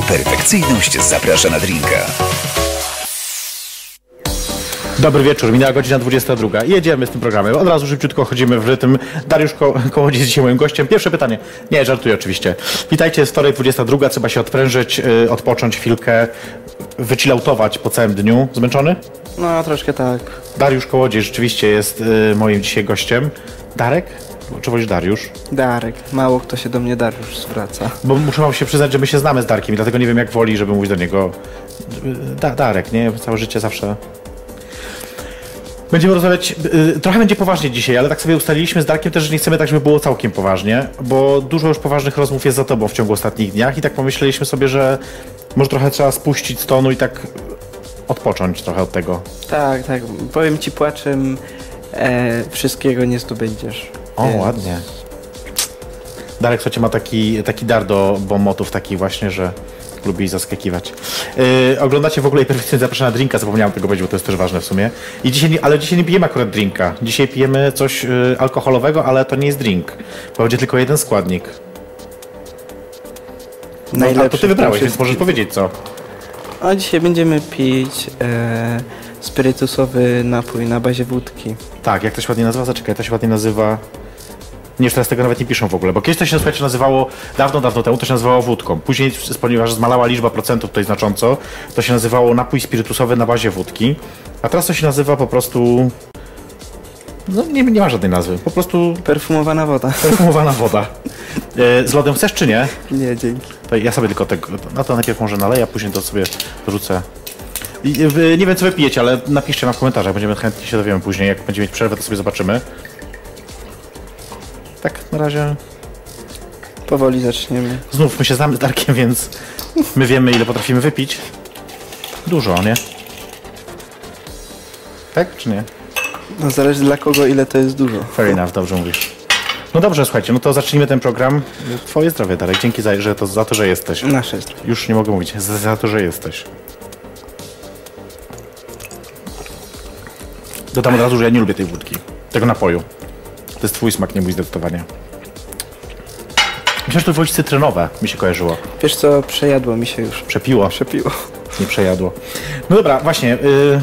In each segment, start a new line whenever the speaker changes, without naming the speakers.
Perfekcyjność zaprasza na drinka.
Dobry wieczór, minęła godzina 22. Jedziemy z tym programem. Od razu szybciutko chodzimy w rytm. Dariusz Kołodziej jest dzisiaj moim gościem. Pierwsze pytanie. Nie, żartuję oczywiście. Witajcie, jest wtorek 22. Trzeba się odprężyć, odpocząć chwilkę, wychillautować po całym dniu. Zmęczony?
No, troszkę tak.
Dariusz Kołodziej rzeczywiście jest moim dzisiaj gościem. Darek? Czy wolisz Dariusz?
Darek. Mało kto się do mnie Dariusz zwraca.
Bo muszę wam się przyznać, że my się znamy z Darkiem i dlatego nie wiem, jak woli, żeby mówić do niego Darek, nie? Całe życie zawsze... Będziemy rozmawiać, trochę będzie poważnie dzisiaj, ale tak sobie ustaliliśmy z Darkiem też, że nie chcemy tak, żeby było całkiem poważnie, bo dużo już poważnych rozmów jest za tobą w ciągu ostatnich dniach i tak pomyśleliśmy sobie, że może trochę trzeba spuścić z tonu i tak odpocząć trochę od tego.
Tak. Powiem ci, płaczem wszystkiego nie zdobędziesz.
O, więc... ładnie. Darek, słuchajcie, ma taki dar do bombotów, taki właśnie, że lubi zaskakiwać. Oglądacie w ogóle Perfekcyjnie zapraszam na drinka, zapomniałem tego powiedzieć, bo to jest też ważne w sumie. Ale dzisiaj nie pijemy akurat drinka. Dzisiaj pijemy coś alkoholowego, ale to nie jest drink, bo będzie tylko jeden składnik. No, a to ty wybrałeś, więc możesz powiedzieć co.
A dzisiaj będziemy pić spirytusowy napój na bazie wódki.
Tak, jak to się ładnie nazywa? Zaczekaj, to się ładnie nazywa... Nie, już teraz tego nawet nie piszą w ogóle, bo kiedyś to się, słuchajcie, nazywało, dawno temu to się nazywało wódką. Później, ponieważ zmalała liczba procentów tutaj znacząco, to się nazywało napój spirytusowy na bazie wódki, a teraz to się nazywa po prostu... No nie ma żadnej nazwy, po prostu...
Perfumowana woda.
Perfumowana woda. Z lodem chcesz czy nie?
Nie, dzięki.
To ja sobie tylko tego, no to najpierw może naleję, a później to sobie wrzucę. Nie wiem co wy pijecie, ale napiszcie nam w komentarzach, będziemy chętnie się dowiemy później, jak będziemy mieć przerwę, to sobie zobaczymy. Tak, na razie...
Powoli zaczniemy.
Znów my się znamy z Darkiem, więc my wiemy, ile potrafimy wypić. Dużo, nie? Tak, czy nie?
No zależy dla kogo, ile to jest dużo.
Fair enough, dobrze mówisz. No dobrze, słuchajcie, no to zacznijmy ten program. Twoje zdrowie, Darek, dzięki za to, że jesteś.
Nasze zdrowie.
Już nie mogę mówić, za to, że jesteś. Dodam od razu, że ja nie lubię tej wódki, tego napoju. To jest twój smak, nie mój zdecydowanie. Myślę, że to wolić cytrynowe mi się kojarzyło.
Wiesz co, przejadło mi się już.
Przepiło. Nie przejadło. No dobra, właśnie.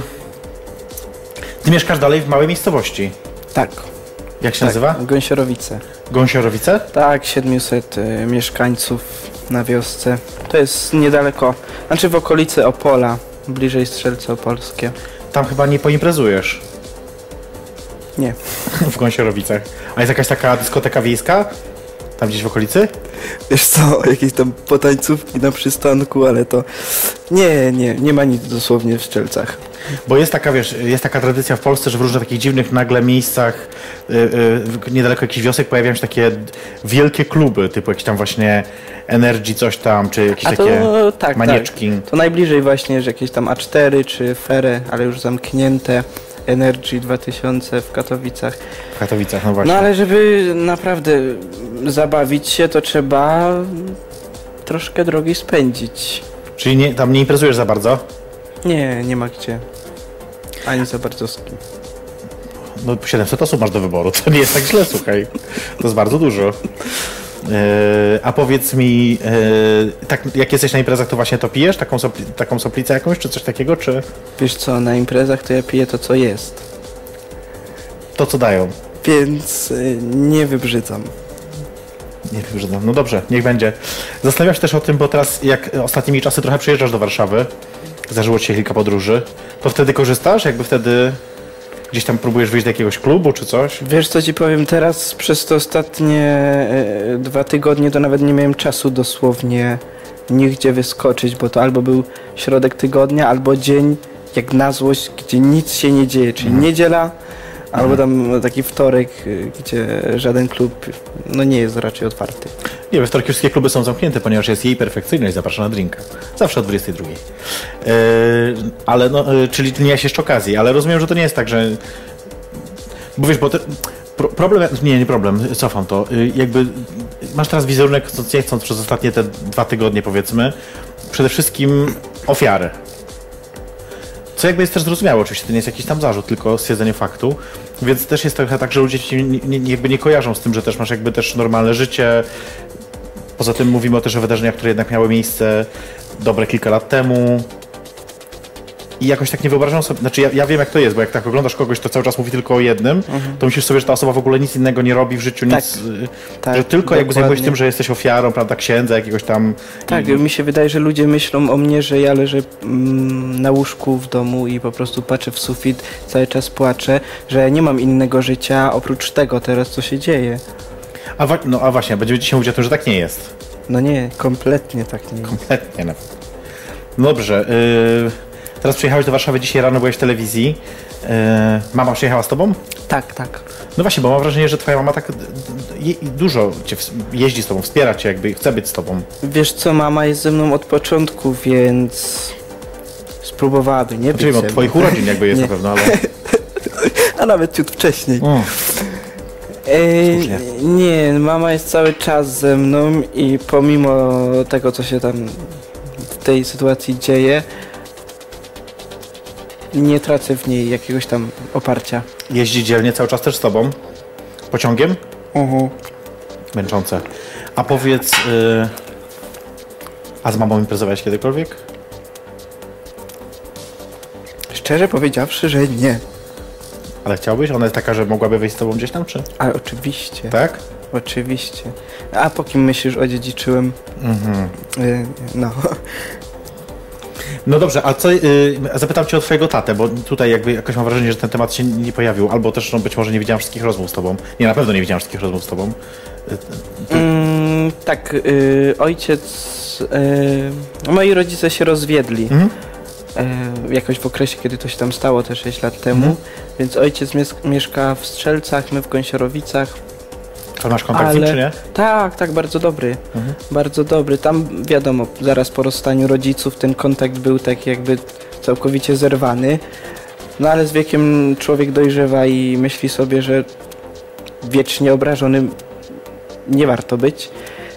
Ty mieszkasz dalej w małej miejscowości.
Tak.
Jak się nazywa?
Gąsiorowice.
Gąsiorowice?
Tak, 700 mieszkańców na wiosce. To jest niedaleko, znaczy w okolicy Opola, bliżej Strzelce Opolskie.
Tam chyba nie poimprezujesz.
Nie.
W Gąsiorowicach. A jest jakaś taka dyskoteka wiejska? Tam gdzieś w okolicy?
Wiesz co, jakieś tam potańcówki na przystanku, ale to... Nie ma nic dosłownie w Strzelcach.
Bo jest taka, wiesz, jest taka tradycja w Polsce, że w różnych takich dziwnych nagle miejscach, niedaleko jakichś wiosek pojawiają się takie wielkie kluby, typu jakieś tam właśnie Energy coś tam, czy jakieś takie
tak,
manieczki.
Tak. To najbliżej właśnie, że jakieś tam A4 czy Fere, ale już zamknięte. Energy 2000 w Katowicach.
W Katowicach, no właśnie.
No ale żeby naprawdę zabawić się, to trzeba troszkę drogi spędzić.
Czyli tam nie imprezujesz za bardzo?
Nie ma gdzie. Ani za bardzo z kim.
No 700 osób masz do wyboru, to nie jest tak źle, słuchaj. To jest bardzo dużo. A powiedz mi, tak, jak jesteś na imprezach, to właśnie to pijesz? Taką soplicę jakąś, czy coś takiego, czy?
Wiesz co, na imprezach to ja piję to, co jest.
To, co dają.
Więc nie wybrzydzam.
Nie wybrzydzam. No dobrze, niech będzie. Zastanawiam się też o tym, bo teraz jak ostatnimi czasy trochę przyjeżdżasz do Warszawy, zdarzyło ci się kilka podróży, to wtedy korzystasz? Jakby wtedy gdzieś tam próbujesz wyjść do jakiegoś klubu czy coś?
Wiesz co ci powiem, teraz przez te ostatnie 2 tygodnie to nawet nie miałem czasu dosłownie nigdzie wyskoczyć, bo to albo był środek tygodnia, albo dzień jak na złość, gdzie nic się nie dzieje, czyli niedziela, albo tam taki wtorek, gdzie żaden klub nie jest raczej otwarty.
Nie, we wtorki wszystkie kluby są zamknięte, ponieważ jest jej perfekcyjność, zaprasza na drinka. Zawsze o 22. Ale czyli nie miałeś jeszcze okazji, ale rozumiem, że to nie jest tak, że... Bo wiesz, bo problem... Nie problem, cofam to. Jakby masz teraz wizerunek, chcąc nie chcąc, przez ostatnie te 2 tygodnie powiedzmy, przede wszystkim ofiary. Co jakby jest też zrozumiałe, oczywiście to nie jest jakiś tam zarzut, tylko stwierdzenie faktu, więc też jest trochę tak, że ludzie ci jakby nie kojarzą z tym, że też masz jakby też normalne życie, Poza tym mówimy też o wydarzeniach, które jednak miały miejsce dobre kilka lat temu. I jakoś tak nie wyobrażam sobie, znaczy ja wiem jak to jest, bo jak tak oglądasz kogoś, to cały czas mówi tylko o jednym, to myślisz sobie, że ta osoba w ogóle nic innego nie robi w życiu, nic, że tylko jakby zajmujesz tym, że jesteś ofiarą, prawda, księdza jakiegoś tam.
Tak, mi się wydaje, że ludzie myślą o mnie, że ja leżę na łóżku w domu i po prostu patrzę w sufit, cały czas płaczę, że nie mam innego życia oprócz tego teraz, co się dzieje.
A właśnie, będziemy dzisiaj mówić o tym, że tak nie jest.
No nie, kompletnie tak nie jest.
Kompletnie. No dobrze, teraz przyjechałeś do Warszawy dzisiaj rano, byłeś w telewizji. Mama przyjechała z tobą?
Tak, tak.
No właśnie, bo mam wrażenie, że twoja mama tak dużo cię jeździ z tobą, wspiera cię, jakby chce być z tobą.
Wiesz co, mama jest ze mną od początku, więc spróbowałaby nie być
Znaczy, od twoich urodzin jakby jest na pewno, ale...
A nawet ciut wcześniej. Nie, mama jest cały czas ze mną i pomimo tego, co się tam w tej sytuacji dzieje, nie tracę w niej jakiegoś tam oparcia.
Jeździ dzielnie cały czas też z tobą? Pociągiem? Męczące. A powiedz, a z mamą imprezowałeś kiedykolwiek?
Szczerze powiedziawszy, że nie.
Ale chciałbyś? Ona jest taka, że mogłaby wyjść z tobą gdzieś tam, czy?
Ale oczywiście.
Tak?
Oczywiście. A po kim myślisz odziedziczyłem? No.
No dobrze, a co, zapytam cię o twojego tatę, bo tutaj jakby jakoś mam wrażenie, że ten temat się nie pojawił, albo też no, być może nie widziałem wszystkich rozmów z tobą. Nie, na pewno nie widziałem wszystkich rozmów z tobą.
Tak, ojciec... moi rodzice się rozwiedli. Jakoś w okresie, kiedy to się tam stało, te 6 lat temu. Więc ojciec mieszka w Strzelcach, my w Gąsiorowicach.
To masz kontakt z nim, czy nie?
Tak, bardzo dobry. Bardzo dobry. Tam wiadomo, zaraz po rozstaniu rodziców ten kontakt był tak jakby całkowicie zerwany. No ale z wiekiem człowiek dojrzewa i myśli sobie, że wiecznie obrażonym nie warto być.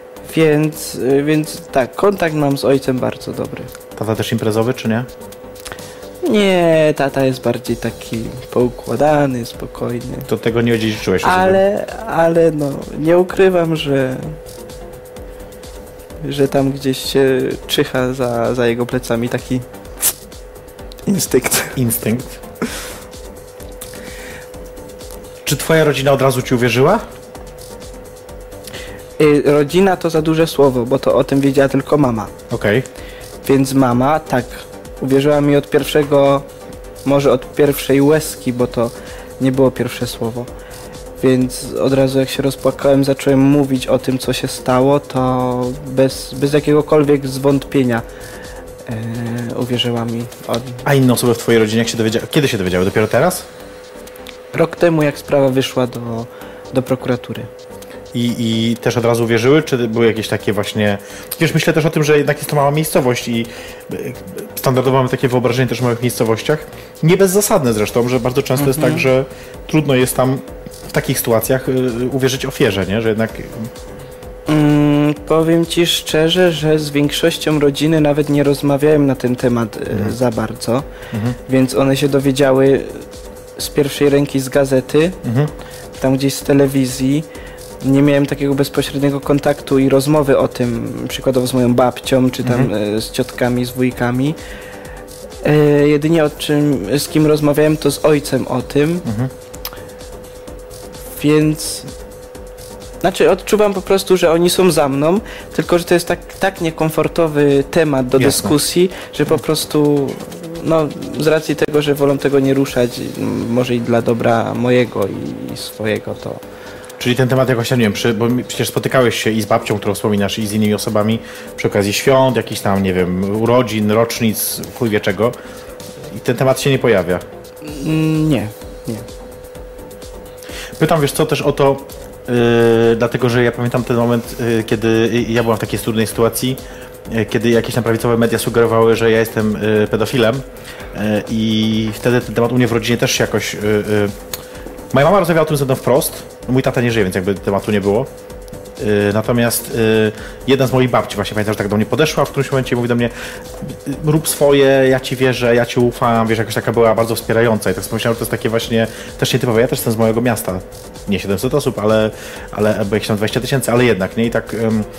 Więc tak, kontakt mam z ojcem bardzo dobry.
Tata też imprezowy, czy nie?
Nie, tata jest bardziej taki poukładany, spokojny.
To tego nie odziedziczyłeś.
Ale no, nie ukrywam, że tam gdzieś się czyha za jego plecami taki
Instynkt. Czy twoja rodzina od razu ci uwierzyła?
Rodzina to za duże słowo, bo to o tym wiedziała tylko mama.
Okej.
Więc mama, tak, uwierzyła mi może od pierwszej łezki, bo to nie było pierwsze słowo. Więc od razu jak się rozpłakałem, zacząłem mówić o tym, co się stało, to bez jakiegokolwiek zwątpienia uwierzyła mi.
A inne osoby w twojej rodzinie, jak się kiedy się dowiedziały? Dopiero teraz?
Rok temu, jak sprawa wyszła do prokuratury.
I też od razu wierzyły, czy były jakieś takie właśnie... Wiesz, myślę też o tym, że jednak jest to mała miejscowość i standardowo mamy takie wyobrażenie też o małych miejscowościach. Nie bezzasadne zresztą, że bardzo często jest tak, że trudno jest tam w takich sytuacjach uwierzyć ofierze, nie? Że jednak...
Powiem ci szczerze, że z większością rodziny nawet nie rozmawiałem na ten temat za bardzo, więc one się dowiedziały z pierwszej ręki z gazety, tam gdzieś z telewizji. Nie miałem takiego bezpośredniego kontaktu i rozmowy o tym, przykładowo z moją babcią, czy tam z ciotkami, z wujkami. Jedynie z kim rozmawiałem, to z ojcem o tym. Więc... Znaczy odczuwam po prostu, że oni są za mną, tylko że to jest tak niekomfortowy temat do dyskusji, że po prostu... No, z racji tego, że wolą tego nie ruszać, może i dla dobra mojego i swojego, to...
Czyli ten temat jakoś, nie wiem, bo przecież spotykałeś się i z babcią, którą wspominasz, i z innymi osobami przy okazji świąt, jakichś tam, nie wiem, urodzin, rocznic, chuj wie czego. I ten temat się nie pojawia.
Nie.
Pytam, wiesz co, też o to, dlatego, że ja pamiętam ten moment, kiedy ja byłam w takiej trudnej sytuacji, kiedy jakieś tam prawicowe media sugerowały, że ja jestem pedofilem i wtedy ten temat u mnie w rodzinie też się jakoś... Moja mama rozmawiała o tym ze mną wprost, mój tata nie żyje, więc jakby tematu nie było. Natomiast jedna z moich babci, właśnie pamiętam, że tak do mnie podeszła w którymś momencie i mówi do mnie: rób swoje, ja ci wierzę, ja ci ufam, wiesz, jakoś taka była bardzo wspierająca i tak pomyślałem, że to jest takie właśnie też nietypowe. Ja też jestem z mojego miasta, nie 700 osób, ale bo jakieś tam 20 000, ale jednak, nie? I tak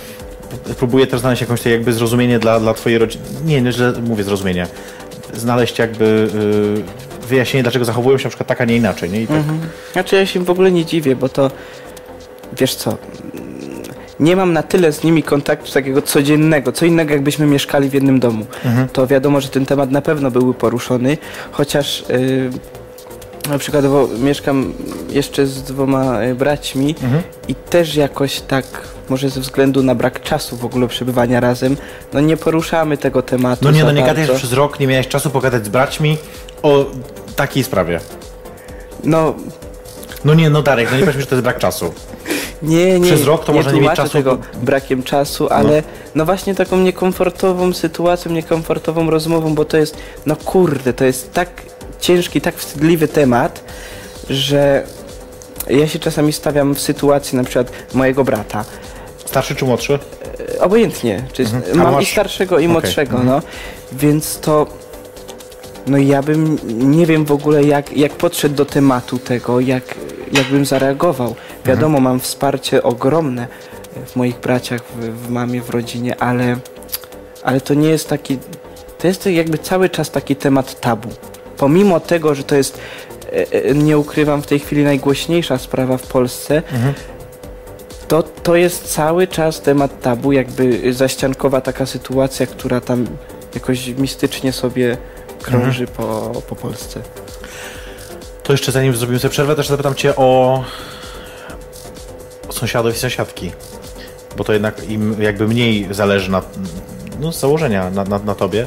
próbuję też znaleźć jakąś jakby zrozumienie dla twojej rodziny. Nie, źle mówię zrozumienie. Znaleźć jakby wyjaśnienie, dlaczego zachowują się na przykład tak, a nie inaczej. Nie? I tak.
Znaczy ja się w ogóle nie dziwię, bo to, wiesz co, nie mam na tyle z nimi kontaktu takiego codziennego, co innego jakbyśmy mieszkali w jednym domu. To wiadomo, że ten temat na pewno byłby poruszony, chociaż na przykład mieszkam jeszcze z 2 braćmi i też jakoś tak, może ze względu na brak czasu w ogóle przebywania razem, no nie poruszamy tego tematu.
No nie gadałeś przez rok, nie miałeś czasu pogadać z braćmi o takiej sprawie.
No
Darek, nie powiedz mi, że to jest brak czasu.
Nie,
przez rok to można nie mieć czasu.
Tego brakiem czasu, ale no właśnie taką niekomfortową sytuacją, niekomfortową rozmową, bo to jest, no kurde, to jest tak ciężki, tak wstydliwy temat, że ja się czasami stawiam w sytuacji na przykład mojego brata.
Starszy czy młodszy?
Obojętnie. Mam i starszego, i młodszego, no. Więc to, no ja bym, nie wiem w ogóle jak podszedł do tematu tego, jakbym zareagował. Wiadomo, mam wsparcie ogromne w moich braciach, w mamie, w rodzinie, ale to nie jest taki, to jest jakby cały czas taki temat tabu. Pomimo tego, że to jest, nie ukrywam, w tej chwili najgłośniejsza sprawa w Polsce, to jest cały czas temat tabu, jakby zaściankowa taka sytuacja, która tam jakoś mistycznie sobie krąży po Polsce.
To jeszcze zanim zrobimy sobie przerwę, też zapytam Cię o sąsiadów i sąsiadki, bo to jednak im jakby mniej zależy z założenia na Tobie.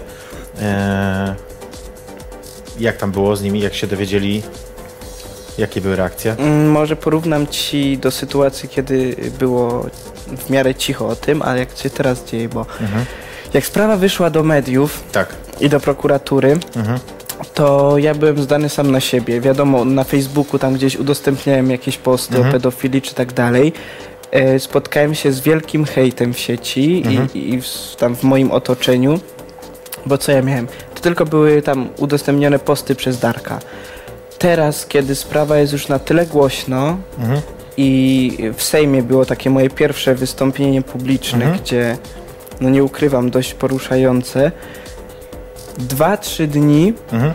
Jak tam było z nimi, jak się dowiedzieli, jakie były reakcje?
Może porównam Ci do sytuacji, kiedy było w miarę cicho o tym, a jak się teraz dzieje, bo jak sprawa wyszła do mediów i do prokuratury, to ja byłem zdany sam na siebie. Wiadomo, na Facebooku tam gdzieś udostępniałem jakieś posty o pedofilii czy tak dalej. Spotkałem się z wielkim hejtem w sieci i tam w moim otoczeniu, bo co ja miałem? To tylko były tam udostępnione posty przez Darka. Teraz, kiedy sprawa jest już na tyle głośno i w Sejmie było takie moje pierwsze wystąpienie publiczne, gdzie, no nie ukrywam, dość poruszające, 2-3 dni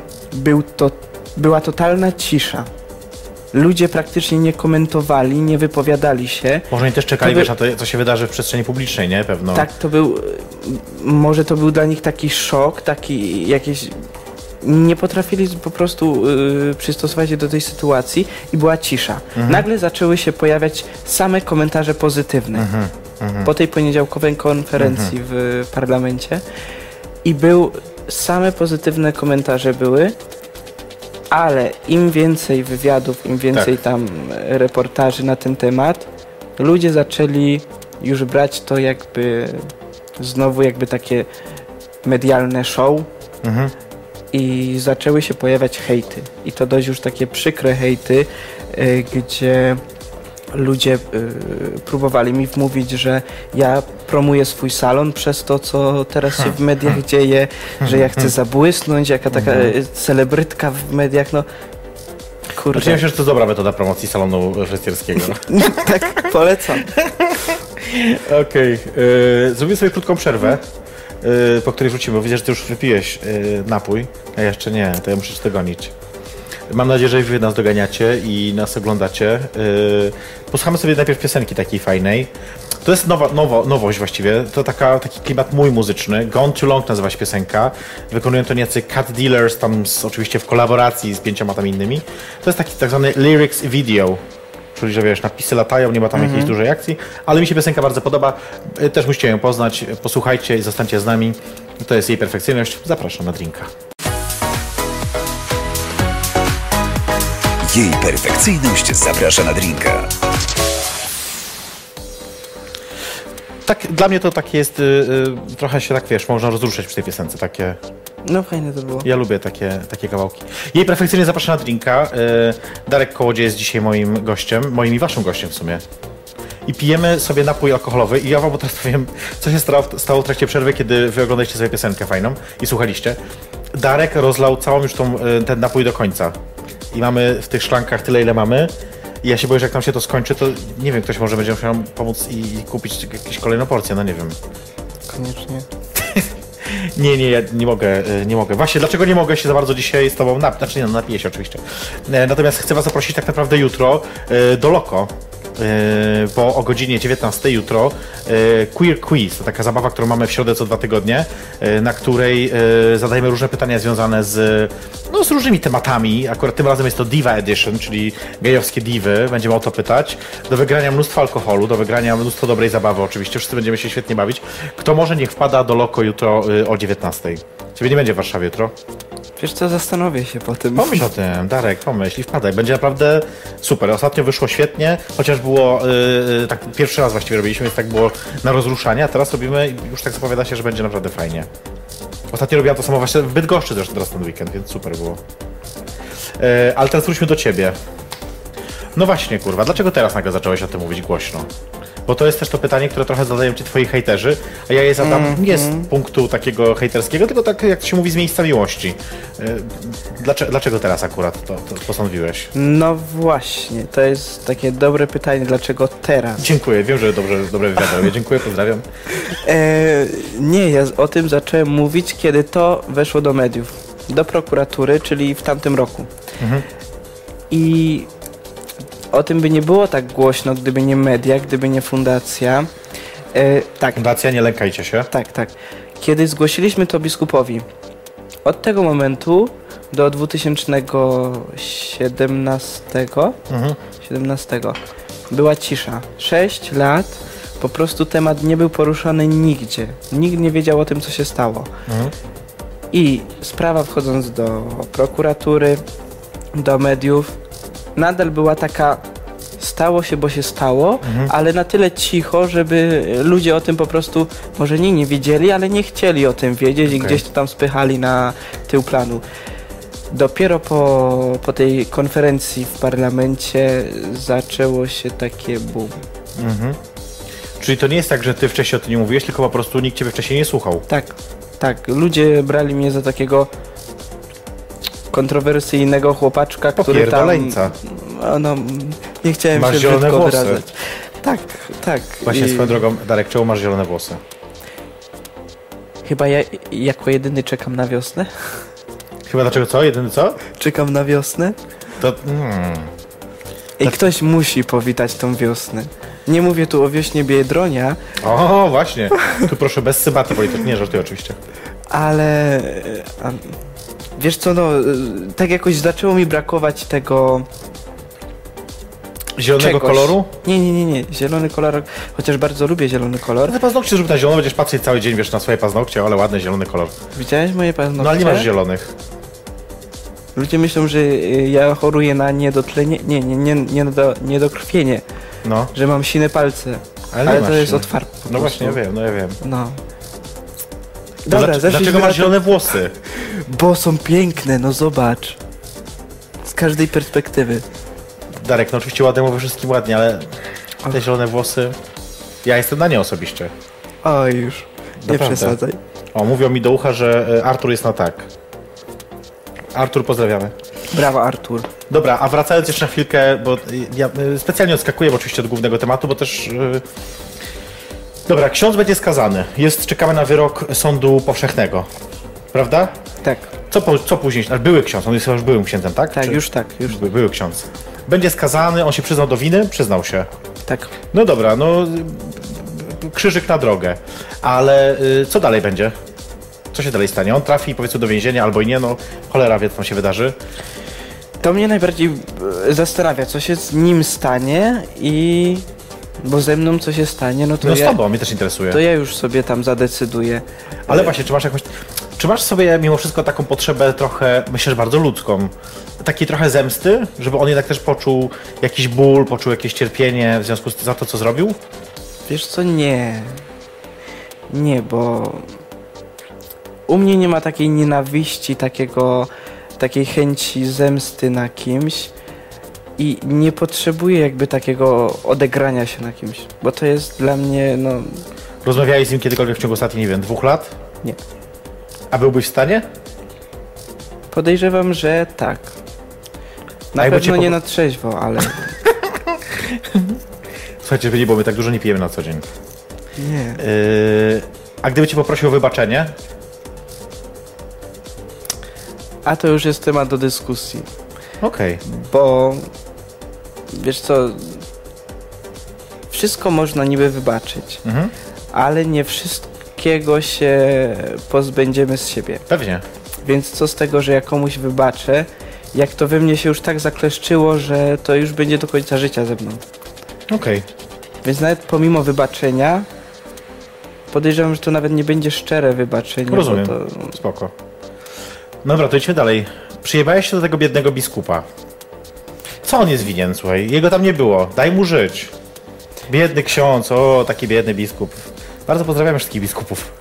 była totalna cisza. Ludzie praktycznie nie komentowali, nie wypowiadali się.
Może oni też czekali na to, co się wydarzy w przestrzeni publicznej, nie? Pewno.
Tak, może to był dla nich taki szok, taki jakieś... Nie potrafili po prostu przystosować się do tej sytuacji i była cisza. Nagle zaczęły się pojawiać same komentarze pozytywne. Po tej poniedziałkowej konferencji w parlamencie i same pozytywne komentarze były, ale im więcej wywiadów, im więcej tam reportaży na ten temat, ludzie zaczęli już brać to znowu takie medialne show i zaczęły się pojawiać hejty. I to dość już takie przykre hejty, gdzie ludzie próbowali mi wmówić, że ja promuję swój salon przez to, co teraz się w mediach dzieje, że ja chcę zabłysnąć, jaka taka celebrytka w mediach, no kurde.
Znaczy, ja myślę, że to dobra metoda promocji salonu fryzjerskiego.
Tak, polecam.
Okej. Zrobię sobie krótką przerwę, po której wrócimy, bo widzę, że ty już wypijesz napój, a jeszcze nie, to ja muszę cię dogonić. Mam nadzieję, że wy nas doganiacie i nas oglądacie. Posłuchamy sobie najpierw piosenki takiej fajnej. To jest nowość właściwie. To taki klimat mój muzyczny. Gone Too Long nazywa się piosenka. Wykonują to niejacy Cat Dealers, tam oczywiście w kolaboracji z 5 tam innymi. To jest taki tak zwany lyrics video. Czyli, że wiesz, napisy latają, nie ma tam jakiejś dużej akcji, ale mi się piosenka bardzo podoba. Też musicie ją poznać. Posłuchajcie i zostańcie z nami. To jest jej perfekcyjność. Zapraszam na drinka.
Jej perfekcyjność zaprasza na drinka.
Tak, dla mnie to takie jest, trochę się tak, wiesz, można rozruszać przy tej piosence, takie...
No fajne to było.
Ja lubię takie kawałki. Jej perfekcyjnie zaprasza na drinka. Darek Kołodziej jest dzisiaj moim gościem, moim i waszym gościem w sumie. I pijemy sobie napój alkoholowy i ja wam teraz powiem, co się stało w trakcie przerwy, kiedy wy oglądaliście sobie piosenkę fajną i słuchaliście. Darek rozlał całą już ten napój do końca. I mamy w tych szklankach tyle, ile mamy. I ja się boję, że jak nam się to skończy, to nie wiem, ktoś może będzie musiał pomóc i kupić jakieś kolejną porcję, no nie wiem.
Koniecznie.
Nie, ja nie mogę. Właśnie, dlaczego nie mogę się za bardzo dzisiaj z tobą napić? Znaczy nie, no napiję się oczywiście. Natomiast chcę was zaprosić tak naprawdę jutro do Loko. Bo o godzinie 19 jutro Queer Quiz, to taka zabawa, którą mamy w środę co 2 tygodnie, na której zadajemy różne pytania związane z różnymi tematami. Akurat tym razem jest to Diva Edition, czyli gejowskie diwy. Będziemy o to pytać. Do wygrania mnóstwo alkoholu, do wygrania mnóstwo dobrej zabawy oczywiście. Wszyscy będziemy się świetnie bawić. Kto może, niech wpada do Loko jutro o 19. Ciebie nie będzie w Warszawie jutro.
Wiesz co, zastanowię się po tym.
Pomyśl o tym, Darek, pomyśl i wpadaj. Będzie naprawdę super. Ostatnio wyszło świetnie, chociaż było tak pierwszy raz właściwie robiliśmy, więc tak było na rozruszanie, a teraz robimy i już tak zapowiada się, że będzie naprawdę fajnie. Ostatnio robiłam to samo właśnie w Bydgoszczy zresztą teraz ten weekend, więc super było. Ale teraz wróćmy do ciebie. No właśnie, kurwa, dlaczego teraz nagle zacząłeś o tym mówić głośno? Bo to jest też to pytanie, które trochę zadają ci twoi hejterzy, a ja je zadam nie z punktu takiego hejterskiego, tylko tak jak to się mówi z miejsca miłości. Dlaczego teraz akurat to postanowiłeś?
No właśnie, to jest takie dobre pytanie, dlaczego teraz?
Dziękuję, wiem, że dobre wywiady robię. Dziękuję, pozdrawiam.
Nie, ja o tym zacząłem mówić, kiedy to weszło do mediów, do prokuratury, czyli w tamtym roku. I o tym by nie było tak głośno, gdyby nie media, gdyby nie fundacja. Tak.
Fundacja, nie lękajcie się.
Tak. Kiedy zgłosiliśmy to biskupowi, od tego momentu do 2017 była cisza. 6 lat po prostu temat nie był poruszany nigdzie. Nikt nie wiedział o tym, co się stało. I sprawa, wchodząc do prokuratury, do mediów, nadal była taka, stało się, bo się stało, ale na tyle cicho, żeby ludzie o tym po prostu może nie wiedzieli, ale nie chcieli o tym wiedzieć i gdzieś to tam spychali na tył planu. Dopiero po tej konferencji w parlamencie zaczęło się takie boom.
Czyli to nie jest tak, że ty wcześniej o tym nie mówiłeś, tylko po prostu nikt ciebie wcześniej nie słuchał.
Tak. Ludzie brali mnie za takiego kontrowersyjnego chłopaczka, który tam... No, nie chciałem
masz
się
zielone włosy.
odradzać. Tak.
Właśnie swoją drogą, Darek, czemu masz zielone włosy?
Chyba ja jako jedyny czekam na wiosnę.
Chyba dlaczego co? Jedyny co?
Czekam na wiosnę.
To...
I ktoś musi powitać tą wiosnę. Nie mówię tu o wiośnie Biedronia.
O, właśnie. Tu proszę bez sympatii polityki. Nie, żartuję oczywiście.
Ale... Wiesz co, no, tak jakoś zaczęło mi brakować tego...
Zielonego koloru?
Nie. Zielony kolor, chociaż bardzo lubię zielony kolor.
Te paznokcie zrób na zielono, będziesz patrzeć cały dzień, wiesz, na swoje paznokcie, ale ładny zielony kolor.
Widziałeś moje paznokcie?
No ale nie masz zielonych.
Ludzie myślą, że ja choruję na niedotlenie, niedokrwienie.
No.
Że mam sine palce. Ale to jest od farb.
No właśnie, ja wiem.
No. Dobra,
dlaczego masz zielone włosy?
Bo są piękne, no zobacz. Z każdej perspektywy.
Darek, no oczywiście ładnie mówię wszystkim ładnie, ale te zielone włosy... Ja jestem na nie osobiście.
Oj, już. Nie
Naprawdę.
przesadzaj.
O, mówią mi do ucha, że Artur jest na tak. Artur, pozdrawiamy.
Brawo, Artur.
Dobra, a wracając jeszcze na chwilkę, bo ja specjalnie odskakuję oczywiście od głównego tematu, bo też... Dobra, ksiądz będzie skazany. Czekamy na wyrok sądu powszechnego. Prawda?
Tak.
Co później? Były ksiądz, on jest już byłym księdzem, tak?
Tak, już.
Były ksiądz. Będzie skazany, on się przyznał do winy? Przyznał się.
Tak.
No dobra, no krzyżyk na drogę. Ale co dalej będzie? Co się dalej stanie? On trafi powiedzmy do więzienia albo i nie, no cholera wie, co tam się wydarzy.
To mnie najbardziej zastanawia, co się z nim stanie i... Bo ze mną co się stanie, no to
no z tobą, mnie też interesuje.
To ja już sobie tam zadecyduję.
Ale właśnie, czy masz sobie mimo wszystko taką potrzebę trochę, myślę, że bardzo ludzką, takiej trochę zemsty, żeby on jednak też poczuł jakiś ból, poczuł jakieś cierpienie w związku za to, co zrobił?
Wiesz co, nie. Nie, bo u mnie nie ma takiej nienawiści, takiej chęci zemsty na kimś i nie potrzebuję jakby takiego odegrania się na kimś, bo to jest dla mnie, no...
Rozmawiałeś z nim kiedykolwiek w ciągu ostatnich, nie wiem, 2 lat?
Nie.
A byłbyś w stanie?
Podejrzewam, że tak. Na pewno nie na trzeźwo, ale...
Słuchajcie, żeby nie było, my tak dużo nie pijemy na co dzień.
Nie.
A gdyby cię poprosił o wybaczenie?
A to już jest temat do dyskusji.
Okej.
Bo wiesz co, wszystko można niby wybaczyć, ale nie wszystkiego się pozbędziemy z siebie.
Pewnie.
Więc co z tego, że ja komuś wybaczę, jak to we mnie się już tak zakleszczyło, że to już będzie do końca życia ze mną.
Okej.
Więc nawet pomimo wybaczenia podejrzewam, że to nawet nie będzie szczere wybaczenie.
Rozumiem.
Bo to...
Spoko. Dobra, to idźmy dalej. Przyjebałeś się do tego biednego biskupa. Co on jest winien, słuchaj? Jego tam nie było. Daj mu żyć. Biedny ksiądz, o, taki biedny biskup. Bardzo pozdrawiam wszystkich biskupów.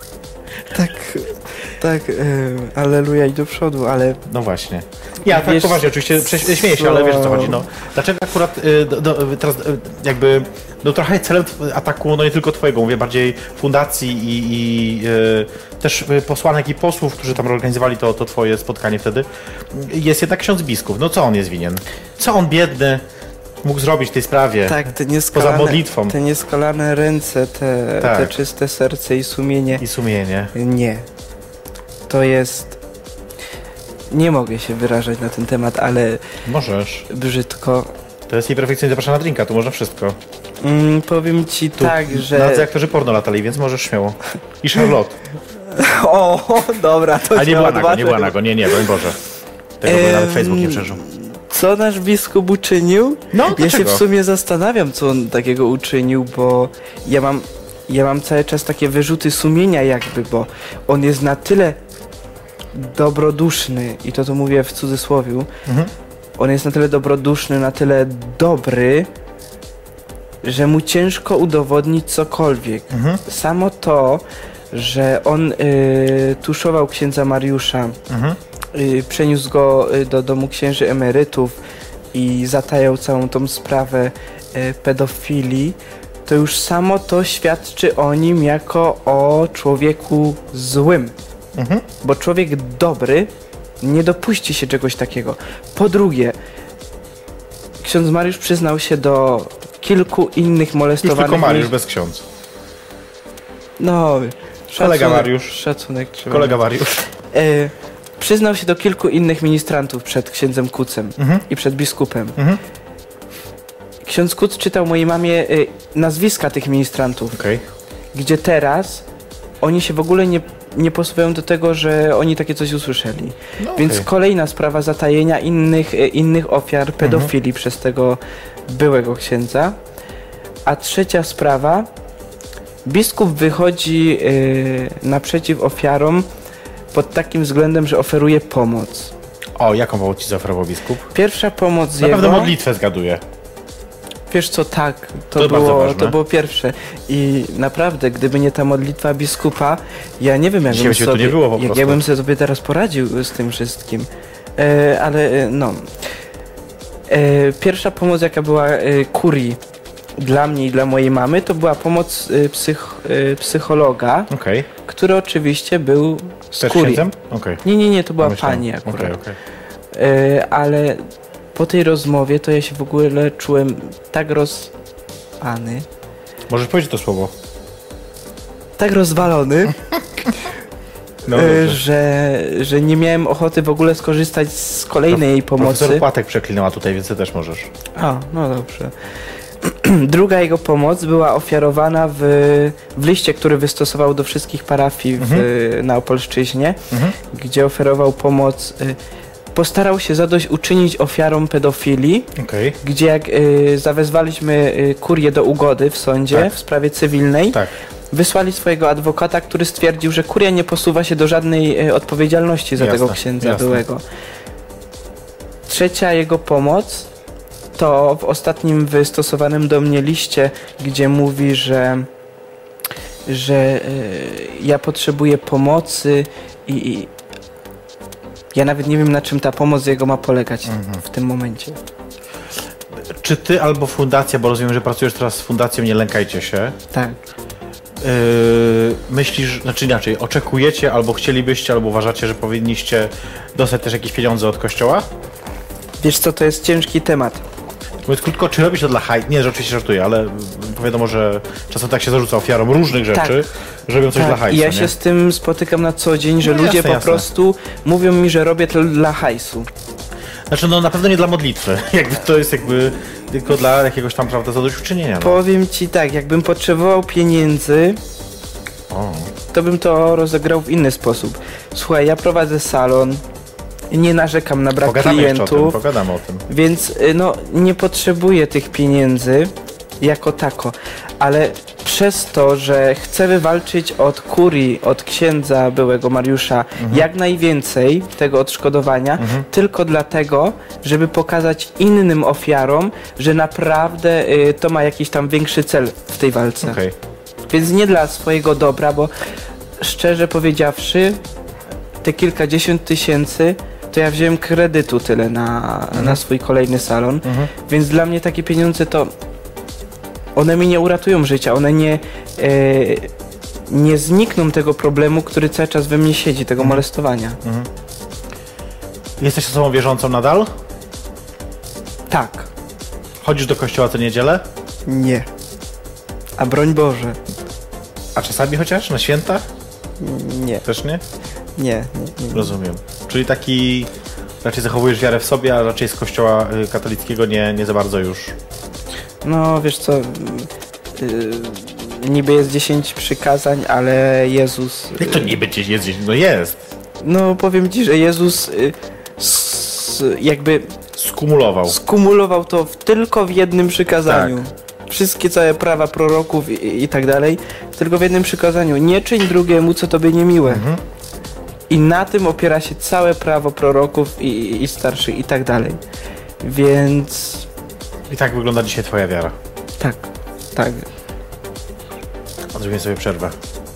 Tak, aleluja i do przodu, ale...
No właśnie. Ja tak
Wiesz
poważnie, oczywiście śmieję się, ale wiesz o co chodzi. No. Dlaczego akurat teraz jakby no trochę celem ataku, no nie tylko twojego, mówię bardziej fundacji i też posłanek i posłów, którzy tam organizowali to twoje spotkanie wtedy, jest jednak ksiądz biskup. No co on jest winien? Co on biedny mógł zrobić w tej sprawie?
Tak,
poza modlitwą.
Te nieskalane ręce, te czyste serce i sumienie.
I sumienie.
Nie. To jest... Nie mogę się wyrażać na ten temat, ale...
Możesz.
Brzydko.
To jest nieperfekcyjnie zapraszana na drinka, tu można wszystko.
Powiem ci
Tu
tak, że...
Nadzy aktorzy porno latali, więc możesz śmiało. I Charlotte.
O, dobra, to
a nie była nago, nie, broń Boże. Tego by nawet Facebook nie przeżył.
Co nasz biskup uczynił?
No,
ja się
dlaczego?
w sumie zastanawiam, co on takiego uczynił, bo ja mam cały czas takie wyrzuty sumienia jakby, bo on jest na tyle dobroduszny, i to mówię w cudzysłowiu, on jest na tyle dobroduszny, na tyle dobry, że mu ciężko udowodnić cokolwiek. Samo to, że on tuszował księdza Mariusza, przeniósł go do domu księży emerytów i zatajał całą tą sprawę pedofilii, to już samo to świadczy o nim jako o człowieku złym. Bo człowiek dobry nie dopuści się czegoś takiego. Po drugie, ksiądz Mariusz przyznał się do kilku innych molestowanych...
Już tylko Mariusz, bez ksiądz.
No,
Kolega Mariusz.
Szacunek trzeba.
Kolega Mariusz.
Przyznał się do kilku innych ministrantów przed księdzem Kucem i przed biskupem. Ksiądz Kuc czytał mojej mamie nazwiska tych ministrantów, gdzie teraz oni się w ogóle nie posuwają do tego, że oni takie coś usłyszeli. No, więc kolejna sprawa zatajenia innych ofiar pedofilii przez tego byłego księdza. A trzecia sprawa, biskup wychodzi naprzeciw ofiarom pod takim względem, że oferuje pomoc.
O, jaką pomoc ci zaoferował biskup?
Pierwsza pomoc
na pewno modlitwę zgaduję.
Wiesz co, tak, to było pierwsze. I naprawdę, gdyby nie ta modlitwa biskupa, ja nie wiem, jak bym sobie teraz poradził z tym wszystkim. Ale no. Pierwsza pomoc, jaka była kurii dla mnie i dla mojej mamy, to była pomoc psychologa, który oczywiście był z kurii. Nie, to była pani akurat. Ale po tej rozmowie to ja się w ogóle czułem tak rozwalony.
Możesz powiedzieć to słowo.
Tak rozwalony, że nie miałem ochoty w ogóle skorzystać z kolejnej jej pomocy.
Profesor Płatek przeklinała tutaj, więc ty też możesz.
A, no dobrze. Druga jego pomoc była ofiarowana w liście, który wystosował do wszystkich parafii na Opolszczyźnie, gdzie oferował pomoc... Postarał się zadośćuczynić ofiarom pedofilii, gdzie jak zawezwaliśmy kurię do ugody w sądzie w sprawie cywilnej, wysłali swojego adwokata, który stwierdził, że kuria nie posuwa się do żadnej odpowiedzialności za tego księdza byłego. Trzecia jego pomoc to w ostatnim wystosowanym do mnie liście, gdzie mówi, że ja potrzebuję pomocy i ja nawet nie wiem, na czym ta pomoc jego ma polegać w tym momencie.
Czy ty albo fundacja, bo rozumiem, że pracujesz teraz z fundacją Nie Lękajcie się.
Tak.
Myślisz, znaczy inaczej, oczekujecie albo chcielibyście, albo uważacie, że powinniście dostać też jakieś pieniądze od kościoła?
Wiesz co, to jest ciężki temat.
Mówiąc krótko, czy robisz to dla hajsu? Nie, że oczywiście żartuję, ale wiadomo, że czasem tak się zarzuca ofiarom różnych rzeczy, że robią coś dla hajsu.
Ja się z tym spotykam na co dzień, że ludzie po prostu mówią mi, że robię to dla hajsu.
Znaczy, no na pewno nie dla modlitwy. Jakby to jest tylko dla jakiegoś tam, prawda, zadośćuczynienia. No.
Powiem ci tak, jakbym potrzebował pieniędzy, to bym to rozegrał w inny sposób. Słuchaj, ja prowadzę salon, nie narzekam na brak klientów.
Pogadamy o tym.
Więc no nie potrzebuję tych pieniędzy jako tako, ale przez to, że chcę wywalczyć od kurii, od księdza byłego Mariusza jak najwięcej tego odszkodowania, tylko dlatego, żeby pokazać innym ofiarom, że naprawdę to ma jakiś tam większy cel w tej walce.
Okay.
Więc nie dla swojego dobra, bo szczerze powiedziawszy, te kilkadziesiąt tysięcy to ja wziąłem kredytu tyle na swój kolejny salon, więc dla mnie takie pieniądze to one mi nie uratują życia, one nie znikną tego problemu, który cały czas we mnie siedzi, tego molestowania.
Jesteś osobą wierzącą nadal?
Tak.
Chodzisz do kościoła co niedzielę?
Nie. A broń Boże.
A czasami chociaż? Na święta?
Nie.
Też nie?
Nie.
Rozumiem. Czyli taki raczej zachowujesz wiarę w sobie, a raczej z kościoła katolickiego nie za bardzo już.
No wiesz co, niby jest 10 przykazań, ale Jezus...
Jak to niby jest 10? No jest.
No powiem ci, że Jezus jakby... Skumulował to tylko w jednym przykazaniu. Tak. Wszystkie całe prawa proroków i tak dalej, tylko w jednym przykazaniu. Nie czyń drugiemu, co tobie niemiłe. I na tym opiera się całe prawo proroków i starszych i tak dalej. Więc...
I tak wygląda dzisiaj twoja wiara.
Tak.
A zrobimy sobie przerwę.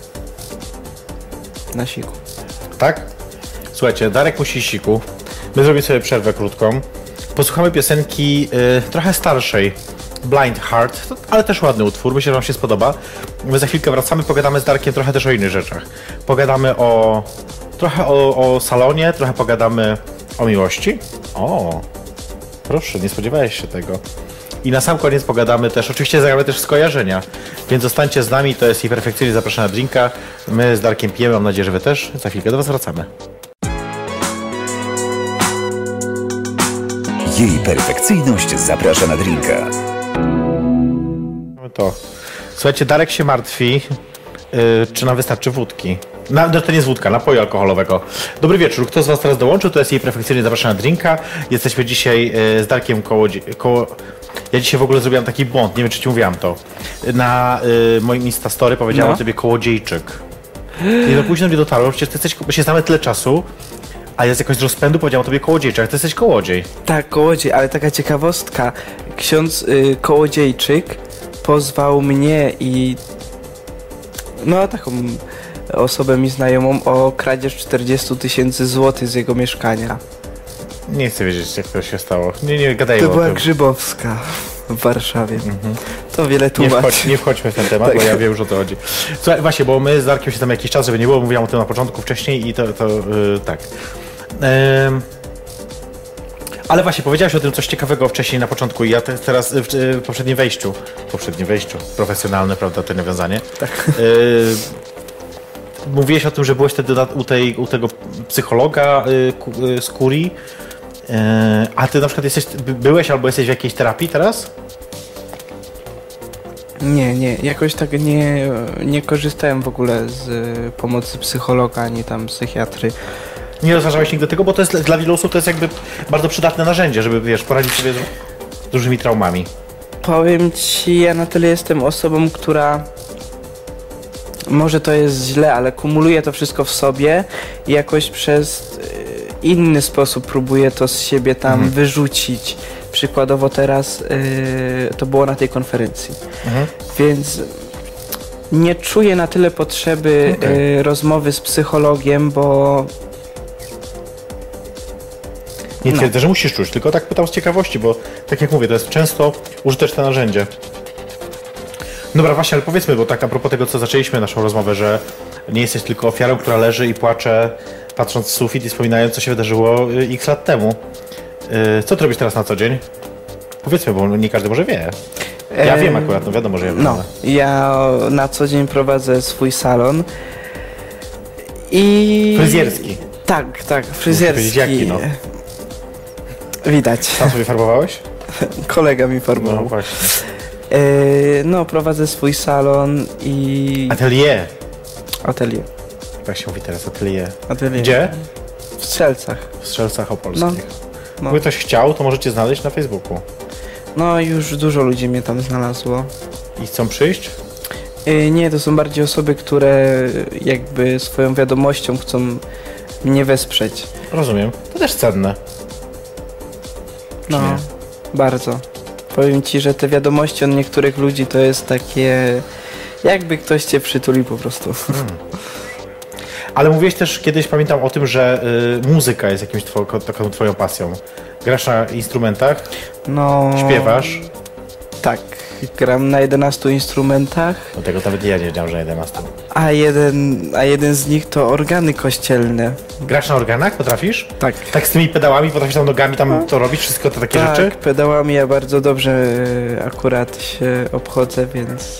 Na siku.
Tak? Słuchajcie, Darek musi siku. My zrobimy sobie przerwę krótką. Posłuchamy piosenki trochę starszej. Blind Heart, ale też ładny utwór, myślę, że wam się spodoba. My za chwilkę wracamy, pogadamy z Darkiem trochę też o innych rzeczach. Pogadamy trochę o salonie, trochę pogadamy o miłości. O, proszę, nie spodziewałeś się tego. I na sam koniec pogadamy też, oczywiście zagramy też skojarzenia, więc zostańcie z nami, to jest i perfekcyjnie zapraszana drinka. My z Darkiem pijemy, mam nadzieję, że wy też. Za chwilkę do was wracamy.
Jej perfekcyjność zaprasza na drinka.
To. Słuchajcie, Darek się martwi, czy nam wystarczy wódki. To nie jest wódka, napoju alkoholowego. Dobry wieczór, kto z was teraz dołączył? To jest jej perfekcyjnie zapraszana drinka. Jesteśmy dzisiaj z Darkiem koło... Ja dzisiaj w ogóle zrobiłem taki błąd, nie wiem, czy ci mówiłam to. Na moim Instastory powiedziałem o tobie kołodziejczyk. I to późno mnie dotarło, przecież ty jesteś, się znamy tyle czasu, a ja z jakoś rozpędu powiedziałem o tobie kołodziejczyk, a ty jesteś kołodziej.
Tak, kołodziej, ale taka ciekawostka. Ksiądz Kołodziejczyk pozwał mnie i taką osobę mi znajomą o kradzież 40 000 złotych z jego mieszkania.
Nie chcę wiedzieć, jak to się stało. Nie gadajmy o tym.
To była Grzybowska w Warszawie. To wiele tłumaczy.
Nie wchodźmy w ten temat, tak. Bo ja wiem już o co chodzi. Słuchaj, właśnie, bo my z Darkiem się tam jakiś czas, żeby nie było, mówiłam o tym na początku wcześniej i to tak. Ale właśnie, powiedziałeś o tym coś ciekawego wcześniej na początku i ja teraz w poprzednim wejściu, profesjonalne, prawda, to nawiązanie. Tak. Mówiłeś o tym, że byłeś wtedy u tego psychologa z kurii, a ty na przykład byłeś albo jesteś w jakiejś terapii teraz?
Nie, jakoś tak nie korzystałem w ogóle z pomocy psychologa, ani tam psychiatry.
Nie rozważałeś nigdy tego, bo to jest dla wielu osób to jest jakby bardzo przydatne narzędzie, żeby poradzić sobie z dużymi traumami.
Powiem ci, ja na tyle jestem osobą, która może to jest źle, ale kumuluje to wszystko w sobie i jakoś przez inny sposób próbuje to z siebie tam wyrzucić. Przykładowo teraz to było na tej konferencji. Więc nie czuję na tyle potrzeby rozmowy z psychologiem, bo...
Nie twierdzę, że musisz czuć, tylko tak pytam z ciekawości, bo tak jak mówię, to jest często użyteczne narzędzie. Dobra, właśnie, ale powiedzmy, bo tak a propos tego, co zaczęliśmy naszą rozmowę, że nie jesteś tylko ofiarą, która leży i płacze, patrząc w sufit i wspominając, co się wydarzyło x lat temu. Co ty robisz teraz na co dzień? Powiedzmy, bo nie każdy może wie. Ja wiem akurat, no wiadomo, że ja wiem.
No, ja na co dzień prowadzę swój salon i...
Fryzjerski.
Tak, fryzjerski.
Jaki, no?
Widać.
Sam sobie farbowałeś?
Kolega mi farbował.
No właśnie.
No, prowadzę swój salon i...
Atelier.
Atelier.
Jak się mówi teraz, atelier.
Atelier.
Gdzie?
W Strzelcach.
W Strzelcach Opolskich.
No.
Gdyby ktoś chciał, to możecie znaleźć na Facebooku.
No, już dużo ludzi mnie tam znalazło.
I chcą przyjść?
Nie, to są bardziej osoby, które jakby swoją wiadomością chcą mnie wesprzeć.
Rozumiem. To też cenne.
No,
nie?
bardzo. Powiem ci, że te wiadomości od niektórych ludzi to jest takie... Jakby ktoś cię przytulił po prostu.
Ale mówiłeś też kiedyś, pamiętam o tym, że muzyka jest jakimś taką twoją pasją. Grasz na instrumentach?
No...
Śpiewasz?
Tak. Gram na 11 instrumentach.
No tego nawet ja nie wiedziałem, że 11.
A jeden z nich to organy kościelne.
Grasz na organach? Potrafisz?
Tak.
Tak z tymi pedałami, potrafisz tam nogami tam to robić? Wszystko to takie rzeczy?
Tak, pedałami ja bardzo dobrze akurat się obchodzę, więc...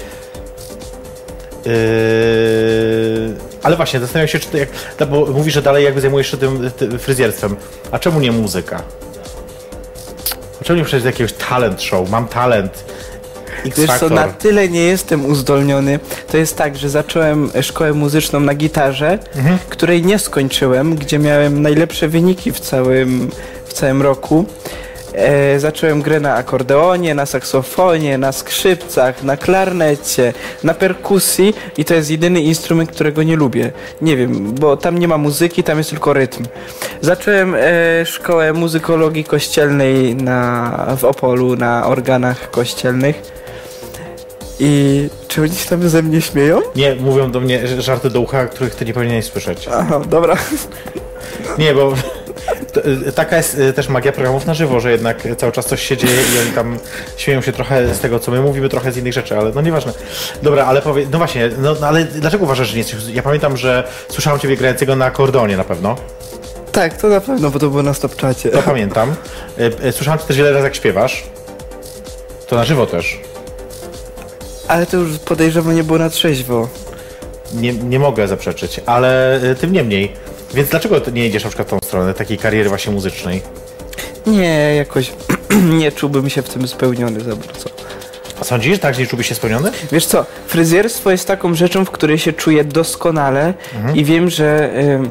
Ale właśnie, zastanawiam się, czy to jak... Bo mówisz, że dalej jakby zajmujesz się tym fryzjerstwem. A czemu nie muzyka? A czemu nie przejść do jakiegoś talent show? Mam talent.
Wiesz co, na tyle nie jestem uzdolniony. To jest tak, że zacząłem szkołę muzyczną na gitarze, której nie skończyłem, gdzie miałem najlepsze wyniki w całym roku. Zacząłem grę na akordeonie, na saksofonie, na skrzypcach, na klarnecie, na perkusji i to jest jedyny instrument, którego nie lubię. Nie wiem, bo tam nie ma muzyki, tam jest tylko rytm. Zacząłem szkołę muzykologii kościelnej w Opolu, na organach kościelnych. I czy oni się tam ze mnie śmieją?
Nie, mówią do mnie żarty do ucha, których ty nie powinieneś słyszeć.
Aha, dobra.
Nie, bo taka jest też magia programów na żywo, że jednak cały czas coś się dzieje i oni tam śmieją się trochę z tego, co my mówimy, trochę z innych rzeczy, ale no nieważne. Dobra, ale no właśnie, no ale dlaczego uważasz, że nie jesteś... Ja pamiętam, że słyszałem ciebie grającego na akordeonie na pewno.
Tak, to na pewno, bo to było na Snapchacie.
To pamiętam. Słyszałem cię też wiele razy, jak śpiewasz. To na żywo też.
Ale to już podejrzewam nie było na trzeźwo.
Nie mogę zaprzeczyć, ale tym niemniej. Więc dlaczego nie idziesz na przykład w tą stronę, takiej kariery właśnie muzycznej?
Nie, jakoś nie czułbym się w tym spełniony za bardzo.
A sądzisz, tak, że nie czułbyś się spełniony?
Wiesz co, fryzjerstwo jest taką rzeczą, w której się czuję doskonale i wiem, że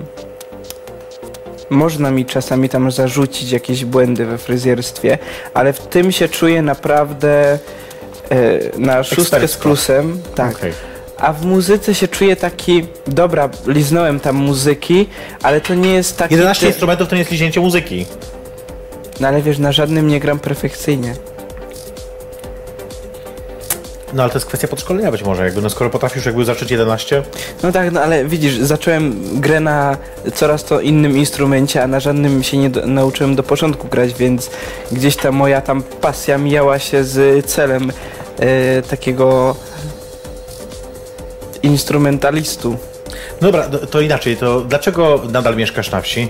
można mi czasami tam zarzucić jakieś błędy we fryzjerstwie, ale w tym się czuję naprawdę na szóstkę z plusem. Tak. Okay. A w muzyce się czuję taki, dobra, liznąłem tam muzyki, ale to nie jest taki...
11 instrumentów to nie jest liźnięcie muzyki.
No ale wiesz, na żadnym nie gram perfekcyjnie.
No ale to jest kwestia podszkolenia być może, jakby, no skoro potrafisz jakby zacząć 11.
No tak, no ale widzisz, zacząłem grę na coraz to innym instrumencie, a na żadnym się nie nauczyłem do początku grać, więc gdzieś ta moja tam pasja mijała się z celem takiego instrumentalistu.
No dobra, to inaczej, to dlaczego nadal mieszkasz na wsi?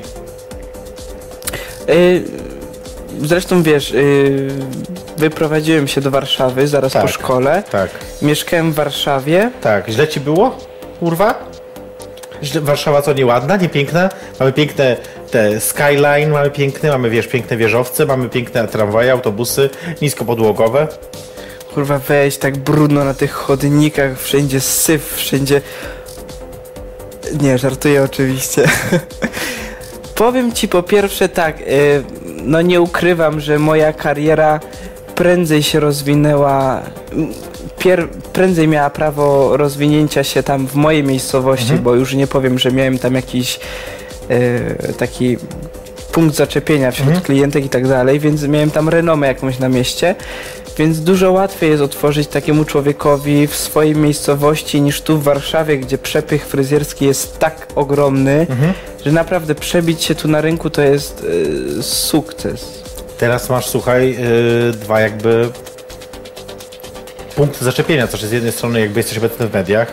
Zresztą wiesz, wyprowadziłem się do Warszawy zaraz po szkole. Tak. Mieszkałem w Warszawie.
Tak, źle ci było? Kurwa? Warszawa co, nieładna, niepiękna? Mamy piękne te skyline, mamy wiesz, piękne wieżowce, mamy piękne tramwaje, autobusy, niskopodłogowe.
Kurwa, weź, tak brudno na tych chodnikach, wszędzie syf, wszędzie... Nie, żartuję oczywiście. Powiem ci po pierwsze tak, no nie ukrywam, że moja kariera prędzej się rozwinęła, prędzej miała prawo rozwinięcia się tam w mojej miejscowości, bo już nie powiem, że miałem tam jakiś taki punkt zaczepienia wśród klientek i tak dalej, więc miałem tam renomę jakąś na mieście, więc dużo łatwiej jest otworzyć takiemu człowiekowi w swojej miejscowości niż tu w Warszawie, gdzie przepych fryzjerski jest tak ogromny, że naprawdę przebić się tu na rynku to jest sukces.
Teraz masz, słuchaj, dwa jakby punkty zaczepienia, to znaczy z jednej strony jakby jesteś obecny w mediach,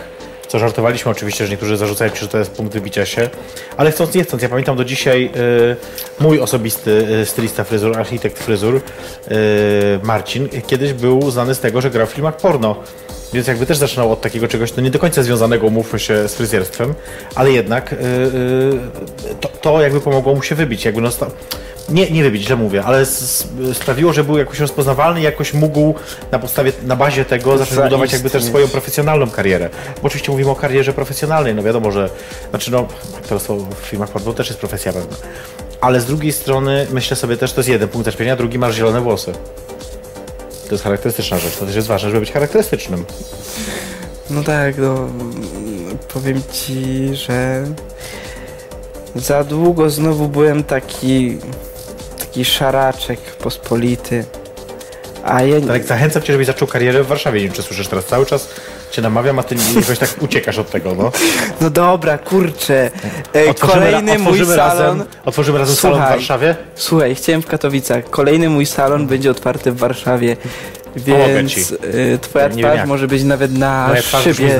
co żartowaliśmy oczywiście, że niektórzy zarzucają ci, że to jest punkt wybicia się, ale chcąc nie chcąc, ja pamiętam do dzisiaj mój osobisty stylista fryzur, architekt fryzur Marcin, kiedyś był znany z tego, że grał w filmach porno. Więc jakby też zaczynał od takiego czegoś, no nie do końca związanego, umówmy się, z fryzjerstwem, ale jednak to jakby pomogło mu się wybić, jakby nie wybić, źle mówię, ale sprawiło, że był jakoś rozpoznawalny i jakoś mógł na bazie tego zacząć budować jakby też swoją profesjonalną karierę. Bo oczywiście mówimy o karierze profesjonalnej, no wiadomo, że aktorstwo w filmach porno też jest profesja pewna. Ale z drugiej strony myślę sobie też, to jest jeden punkt zaczepienia, drugi masz zielone włosy. To jest charakterystyczna rzecz, to też jest ważne, żeby być charakterystycznym.
No tak, no powiem ci, że za długo znowu byłem taki szaraczek pospolity. A ja...
Tak, zachęcam cię, żebyś zaczął karierę w Warszawie, nie wiem czy słyszysz teraz, cały czas cię namawiam, a ty jakoś tak uciekasz od tego, no.
No dobra, kurczę. Kolejny mój salon...
Otworzymy razem salon w Warszawie?
Słuchaj, chciałem w Katowicach. Kolejny mój salon będzie otwarty w Warszawie. Więc twoja twarz może być nawet na szybie.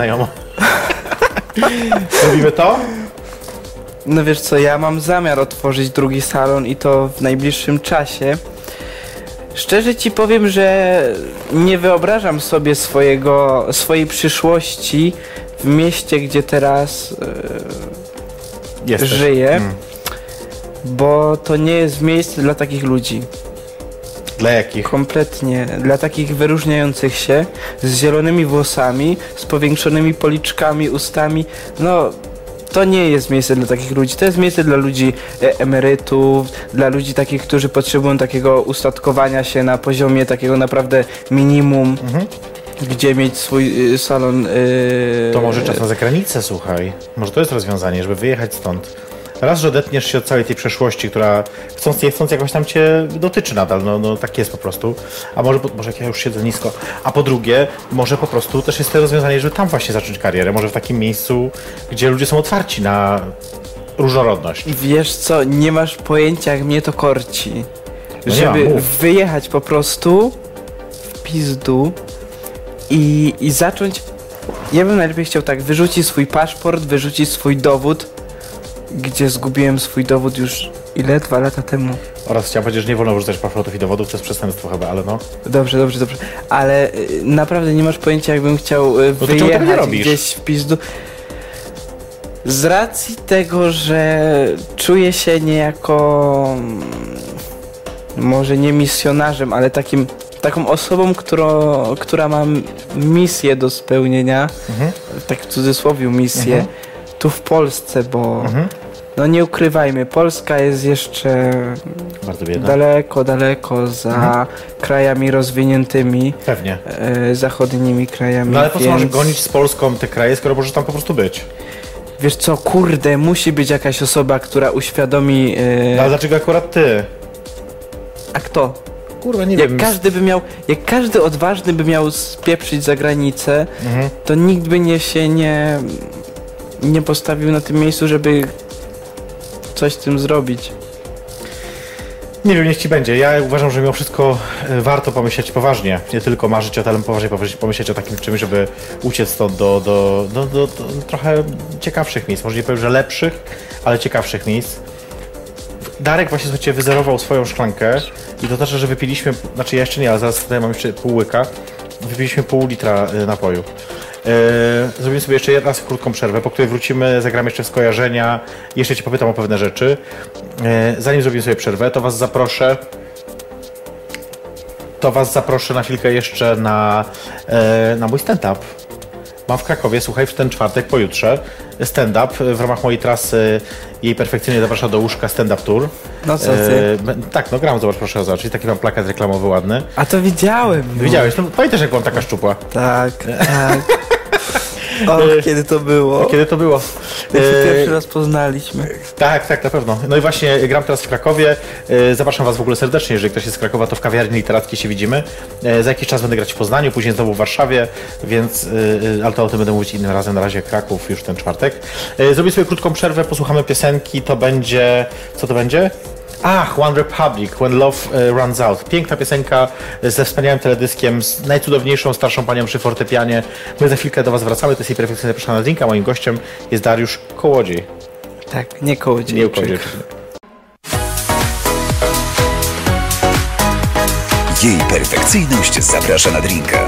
Robimy to?
No wiesz co, ja mam zamiar otworzyć drugi salon i to w najbliższym czasie. Szczerze ci powiem, że nie wyobrażam sobie swojej przyszłości w mieście, gdzie teraz żyję, bo to nie jest miejsce dla takich ludzi.
Dla jakich?
Kompletnie. Dla takich wyróżniających się, z zielonymi włosami, z powiększonymi policzkami, ustami. No, to nie jest miejsce dla takich ludzi. To jest miejsce dla ludzi emerytów, dla ludzi takich, którzy potrzebują takiego ustatkowania się na poziomie takiego naprawdę minimum, gdzie mieć swój salon.
To może czas na zagranicę, słuchaj. Może to jest rozwiązanie, żeby wyjechać stąd. Raz, że odetniesz się od całej tej przeszłości, która chcąc nie chcąc jakoś tam cię dotyczy nadal, no tak jest po prostu. A może jak ja już siedzę nisko. A po drugie, może po prostu też jest to rozwiązanie, żeby tam właśnie zacząć karierę. Może w takim miejscu, gdzie ludzie są otwarci na różnorodność.
Wiesz co, nie masz pojęcia, jak mnie to korci.
No
żeby wyjechać po prostu w pizdu i zacząć... Ja bym najlepiej chciał tak, wyrzucić swój paszport, wyrzucić swój dowód, gdzie zgubiłem swój dowód już 2 lata temu.
Oraz chciałem powiedzieć, że nie wolno wyrzucać paszportów i dowodów, to jest przestępstwo chyba, ale no.
Dobrze. Ale naprawdę nie masz pojęcia, jakbym chciał wyjechać gdzieś w pizdu. Z racji tego, że czuję się niejako... może nie misjonarzem, ale taką osobą, która ma misję do spełnienia, tak w cudzysłowie misję, tu w Polsce, bo no nie ukrywajmy, Polska jest jeszcze
bardzo biedna.
daleko za krajami rozwiniętymi.
Pewnie.
Zachodnimi krajami.
No ale po co masz gonić z Polską te kraje, skoro możesz tam po prostu być?
Wiesz co, kurde, musi być jakaś osoba, która uświadomi...
No ale dlaczego akurat ty?
A kto?
Kurwa, nie wiem.
Jak każdy odważny by miał spieprzyć za granicę, to nikt by nie postawił na tym miejscu, żeby coś z tym zrobić.
Nie wiem, niech ci będzie. Ja uważam, że mimo wszystko warto pomyśleć poważnie. Nie tylko marzyć o tym, ale poważnie pomyśleć o takim czymś, żeby uciec stąd do trochę ciekawszych miejsc. Może nie powiem, że lepszych, ale ciekawszych miejsc. Darek właśnie, słuchajcie, wyzerował swoją szklankę i to znaczy, że wypiliśmy, znaczy ja jeszcze nie, ale zaraz tutaj mam jeszcze pół łyka, wypiliśmy pół litra napoju. Zrobimy sobie jeszcze raz krótką przerwę, po której wrócimy, zagramy jeszcze w skojarzenia, jeszcze cię popytam o pewne rzeczy. Zanim zrobimy sobie przerwę, to was zaproszę na chwilkę jeszcze na mój stand-up. Mam w Krakowie, słuchaj, w ten czwartek, pojutrze, stand-up w ramach mojej trasy Jej perfekcyjnie zaprasza do łóżka stand-up tour.
No co ty?
Tak, no gram, zobacz, proszę zobaczyć, taki mam plakat reklamowy ładny.
A to widziałem. No.
Widziałeś? No, pamiętasz, jak byłam taka szczupła?
Tak. O, kiedy to było?
Kiedy to było?
Jak się pierwszy raz poznaliśmy.
Tak, na pewno. No i właśnie gram teraz w Krakowie. Zapraszam was w ogóle serdecznie, jeżeli ktoś jest z Krakowa, to w kawiarni literackiej się widzimy. Za jakiś czas będę grać w Poznaniu, później znowu w Warszawie, więc ale to o tym będę mówić innym razem. Na razie Kraków już ten czwartek. Zrobię sobie krótką przerwę, posłuchamy piosenki. To będzie... Co to będzie? Ach, One Republic, When Love Runs Out. Piękna piosenka ze wspaniałym teledyskiem, z najcudowniejszą starszą panią przy fortepianie. My za chwilkę do was wracamy, to jest jej perfekcyjnie zapraszana drinka. Moim gościem jest Dariusz Kołodziej.
Tak, nie Kołodziej.
Nie Kołodziej.
Jej perfekcyjność zaprasza na drinka.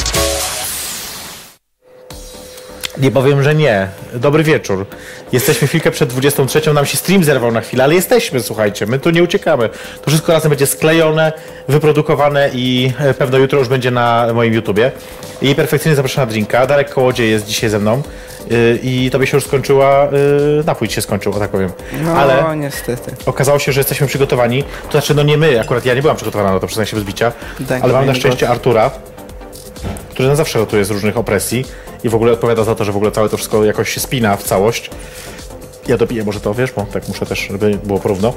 Nie powiem, że nie. Dobry wieczór. Jesteśmy chwilkę przed 23, nam się stream zerwał na chwilę, ale jesteśmy, słuchajcie, my tu nie uciekamy. To wszystko razem będzie sklejone, wyprodukowane i pewno jutro już będzie na moim YouTubie. I perfekcyjnie zapraszam na drinka. Darek Kołodziej jest dzisiaj ze mną i tobie się już skończyła, napój się skończył, o tak powiem.
No,
ale
niestety.
okazało się, że jesteśmy przygotowani. To znaczy, no nie my, akurat ja nie byłam przygotowana na to, przyznaję się bez bicia,
Tak,
ale mam na szczęście
gość.
Artura, który na zawsze ratuje z różnych opresji i w ogóle odpowiada za to, że w ogóle całe to wszystko jakoś się spina w całość. Ja dopiję może to, wiesz, bo tak muszę też, żeby było porówno.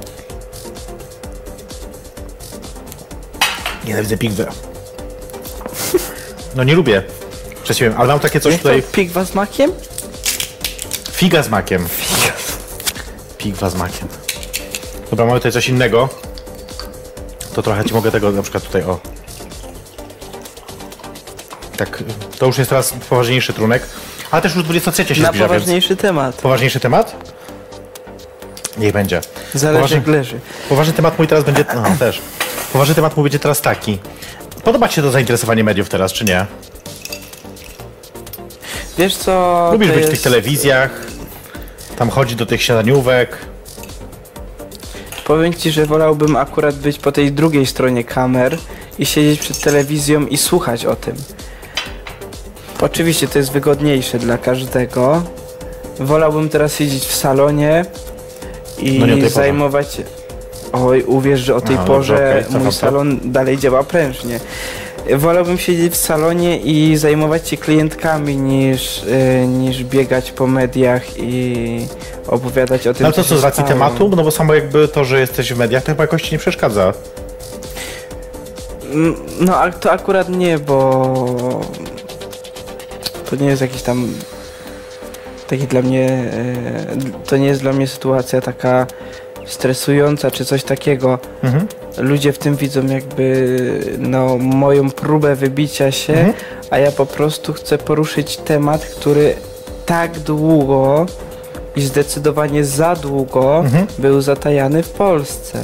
Nienawidzę pigwę. No nie lubię. Przecież ale mam takie coś
Jak
tutaj...
to pigwa z makiem?
Figa z makiem. Pigwa z makiem. Dobra, mamy tutaj coś innego. To trochę ci mogę tego na przykład tutaj, o. Tak, to już jest teraz poważniejszy trunek. Ale też już 23 się
Na
zbliża,
poważniejszy
więc...
temat.
Poważniejszy temat? Niech będzie.
Zależy jak leży.
Poważny temat mój teraz będzie... No, też. Poważny temat mój będzie teraz taki. Podoba ci się to zainteresowanie mediów teraz, czy nie?
Wiesz co...
Lubisz
to
być w
jest...
tych telewizjach, tam chodzić do tych śniadaniówek.
Powiem ci, że wolałbym akurat być po tej drugiej stronie kamer i siedzieć przed telewizją i słuchać o tym. Oczywiście to jest wygodniejsze dla każdego. Wolałbym teraz siedzieć w salonie i
No nie o tej porze.
zajmować... Oj, uwierz, że o tej
Aha,
porze
dobrze, okej, cofam
mój
to.
salon dalej działa prężnie. Wolałbym siedzieć w salonie i zajmować się klientkami niż biegać po mediach i opowiadać o tym,
No ale to co,
się
z racji
stało.
tematu? No bo samo jakby to, że jesteś w mediach, to chyba jakoś ci nie przeszkadza.
No ale to akurat nie, bo to nie jest jakiś tam taki dla mnie, to nie jest dla mnie sytuacja taka stresująca czy coś takiego.
Mhm.
Ludzie w tym widzą jakby no moją próbę wybicia się,
Mhm.
a ja po prostu chcę poruszyć temat, który tak długo i zdecydowanie za długo
Mhm.
był zatajany w Polsce.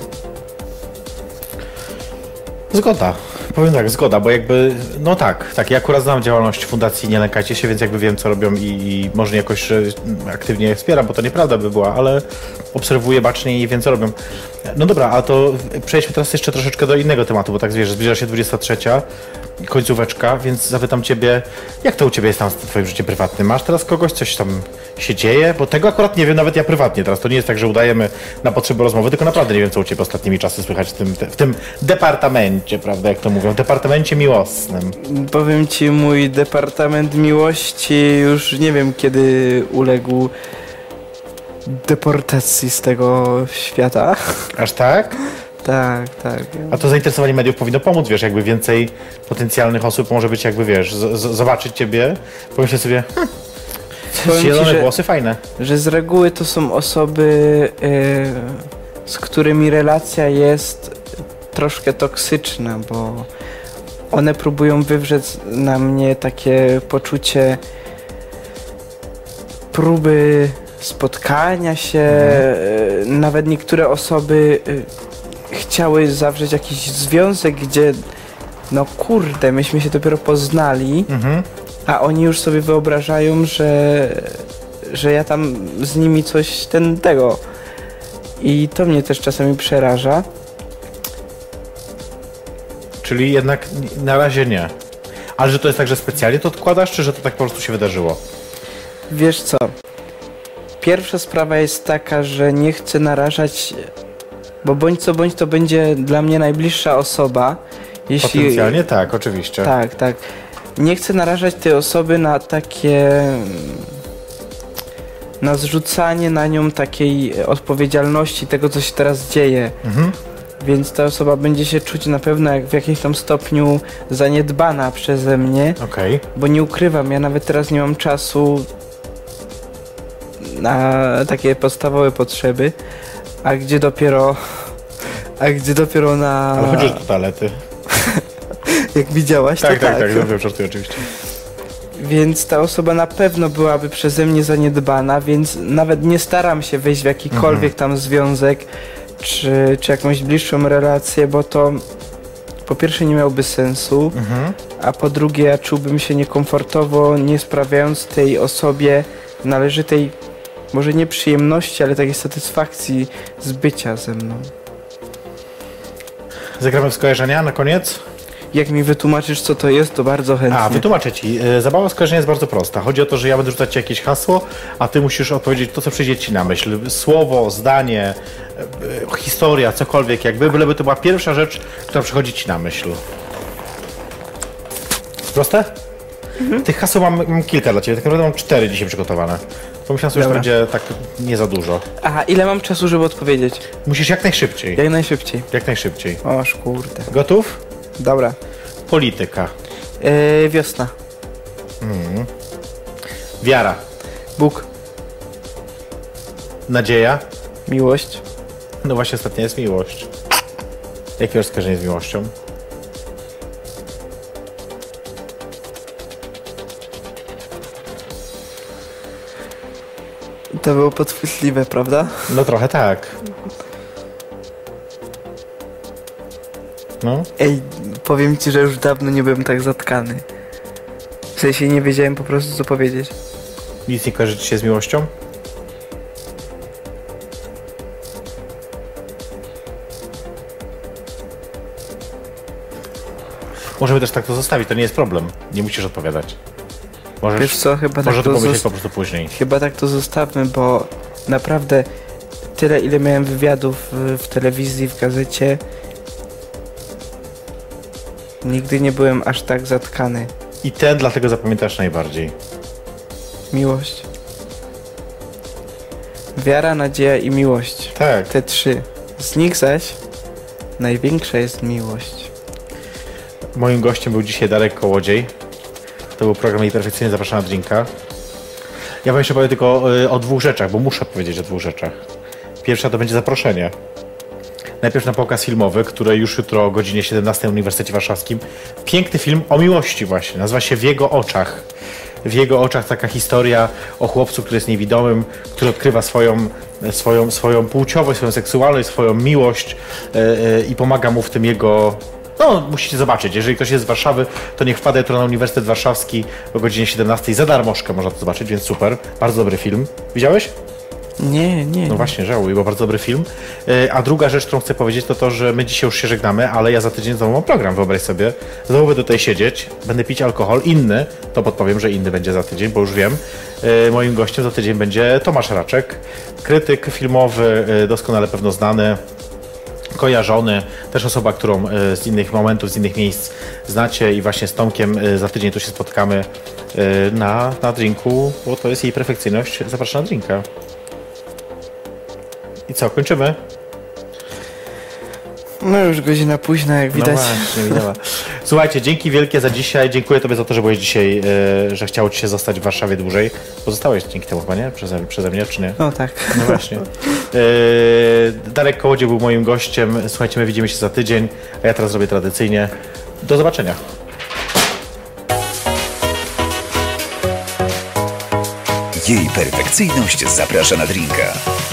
Zgoda. Powiem tak, zgoda, bo jakby, no tak, ja akurat znam działalność Fundacji Nie Lękajcie się, więc jakby wiem, co robią i może nie jakoś aktywnie je wspieram, bo to nieprawda by była, ale obserwuję bacznie i wiem, co robią. No dobra, a to przejdźmy teraz jeszcze troszeczkę do innego tematu, bo tak wiesz, zbliża się 23, końcóweczka, więc zapytam ciebie, jak to u ciebie jest tam z twoim życiem prywatnym? Masz teraz kogoś, coś tam się dzieje? Bo tego akurat nie wiem nawet ja prywatnie teraz. To nie jest tak, że udajemy na potrzeby rozmowy, tylko naprawdę nie wiem, co u ciebie ostatnimi czasy słychać w tym departamencie, prawda, jak to mówią, departamencie miłosnym.
Powiem ci, mój departament miłości już nie wiem kiedy uległ deportacji z tego świata.
Aż tak?
Tak.
A to zainteresowanie mediów powinno pomóc, wiesz, jakby więcej potencjalnych osób może być jakby, wiesz, zobaczyć ciebie, pomyśleć sobie,
Powiem ci,
zielone
że-
włosy, fajne.
Że z reguły to są osoby, z którymi relacja jest troszkę toksyczna, bo one próbują wywrzeć na mnie takie poczucie próby spotkania się. Nawet niektóre osoby chciały zawrzeć jakiś związek, gdzie no kurde, myśmy się dopiero poznali,
Mhm.
a oni już sobie wyobrażają, że ja tam z nimi coś tego. I to mnie też czasami przeraża.
Czyli jednak na razie nie. Ale że to jest tak, że specjalnie to odkładasz, czy że to tak po prostu się wydarzyło?
Wiesz co? Pierwsza sprawa jest taka, że nie chcę narażać, bo bądź co bądź to będzie dla mnie najbliższa osoba. Jeśli...
Potencjalnie tak, oczywiście.
Tak. Nie chcę narażać tej osoby na takie... na zrzucanie na nią takiej odpowiedzialności tego, co się teraz dzieje.
Mhm.
Więc ta osoba będzie się czuć na pewno jak w jakimś tam stopniu zaniedbana przeze mnie,
Okej.
bo nie ukrywam, ja nawet teraz nie mam czasu na takie podstawowe potrzeby, a gdzie dopiero A gdzie dopiero na...
Ale chodzisz do toalety.
Jak widziałaś, to
Tak,
tak.
dobrze, żartuję oczywiście.
Więc ta osoba na pewno byłaby przeze mnie zaniedbana, więc nawet nie staram się wejść w jakikolwiek tam związek, czy jakąś bliższą relację, bo to po pierwsze nie miałoby sensu, a po drugie ja czułbym się niekomfortowo, nie sprawiając tej osobie należytej, może nie przyjemności, ale takiej satysfakcji z bycia ze mną.
Zagramy w skojarzenia na koniec?
Jak mi wytłumaczysz, co to jest, to bardzo chętnie.
Wytłumaczę ci. Zabawa skojarzenia jest bardzo prosta. Chodzi o to, że ja będę rzucać ci jakieś hasło, a ty musisz odpowiedzieć to, co przyjdzie ci na myśl. Słowo, zdanie, historia, cokolwiek jakby, byleby to była pierwsza rzecz, która przychodzi ci na myśl. Proste? Tych haseł mam kilka dla ciebie. Tak naprawdę mam 4 dzisiaj przygotowane. Pomyślałem sobie, że to będzie tak nie za dużo.
Aha, ile mam czasu, żeby odpowiedzieć?
Musisz jak najszybciej.
Jak najszybciej.
Jak najszybciej.
Oż kurde.
Gotów?
Dobra.
Polityka.
Wiosna.
Wiara.
Bóg.
Nadzieja.
Miłość.
No właśnie ostatnia jest miłość. Jakie masz skojarzenie z miłością?
To było podchwytliwe, prawda?
No trochę tak. No.
Ej, powiem ci, że już dawno nie byłem tak zatkany. W sensie nie wiedziałem po prostu, co powiedzieć.
Nic nie kojarzy ci się z miłością? Możemy też tak to zostawić, to nie jest problem. Nie musisz odpowiadać.
Wiesz co, chyba
może
tak
to
to
pomyśleć po prostu później.
Chyba tak to zostawmy, bo naprawdę tyle, ile miałem wywiadów w telewizji, w gazecie, nigdy nie byłem aż tak zatkany.
I ten dlatego zapamiętasz najbardziej.
Miłość. Wiara, nadzieja i miłość.
Tak.
Te 3. Z nich zaś największa jest miłość.
Moim gościem był dzisiaj Darek Kołodziej. To był program Jej Perfekcyjnie Zapraszam na Drinka. Ja wam jeszcze powiem tylko o 2 rzeczach, bo muszę powiedzieć o 2 rzeczach. Pierwsza to będzie zaproszenie. Najpierw na pokaz filmowy, który już jutro o godzinie 17 w Uniwersytecie Warszawskim. Piękny film o miłości właśnie. Nazywa się W jego oczach. W jego oczach taka historia o chłopcu, który jest niewidomym, który odkrywa swoją płciowość, swoją seksualność, swoją miłość i pomaga mu w tym jego... No, musicie zobaczyć. Jeżeli ktoś jest z Warszawy, to niech wpada jutro na Uniwersytet Warszawski o godzinie 17 za darmożkę można to zobaczyć, więc super. Bardzo dobry film. Widziałeś?
Nie.
No właśnie, żałuję, bo bardzo dobry film. A druga rzecz, którą chcę powiedzieć, to to, że my dzisiaj już się żegnamy, ale ja za tydzień znowu mam program, wyobraź sobie. Znowu będę tutaj siedzieć, będę pić alkohol. Inny, to podpowiem, że inny będzie za tydzień, bo już wiem. Moim gościem za tydzień będzie Tomasz Raczek, krytyk filmowy, doskonale pewno znany, kojarzony, też osoba, którą z innych momentów, z innych miejsc znacie i właśnie z Tomkiem za tydzień tu się spotkamy na drinku, bo to jest Jej Perfekcyjność. Zapraszam na drinka. I co, kończymy?
No już godzina późna, jak widać.
No właśnie, minęła. Słuchajcie, dzięki wielkie za dzisiaj. Dziękuję Tobie za to, że byłeś dzisiaj, że chciało Ci się zostać w Warszawie dłużej. Pozostałeś dzięki temu chyba, nie? Przeze mnie, czy nie?
No tak.
No właśnie. Darek Kołodziej był moim gościem. Słuchajcie, my widzimy się za tydzień, a ja teraz robię tradycyjnie. Do zobaczenia.
Jej Perfekcyjność zaprasza na drinka.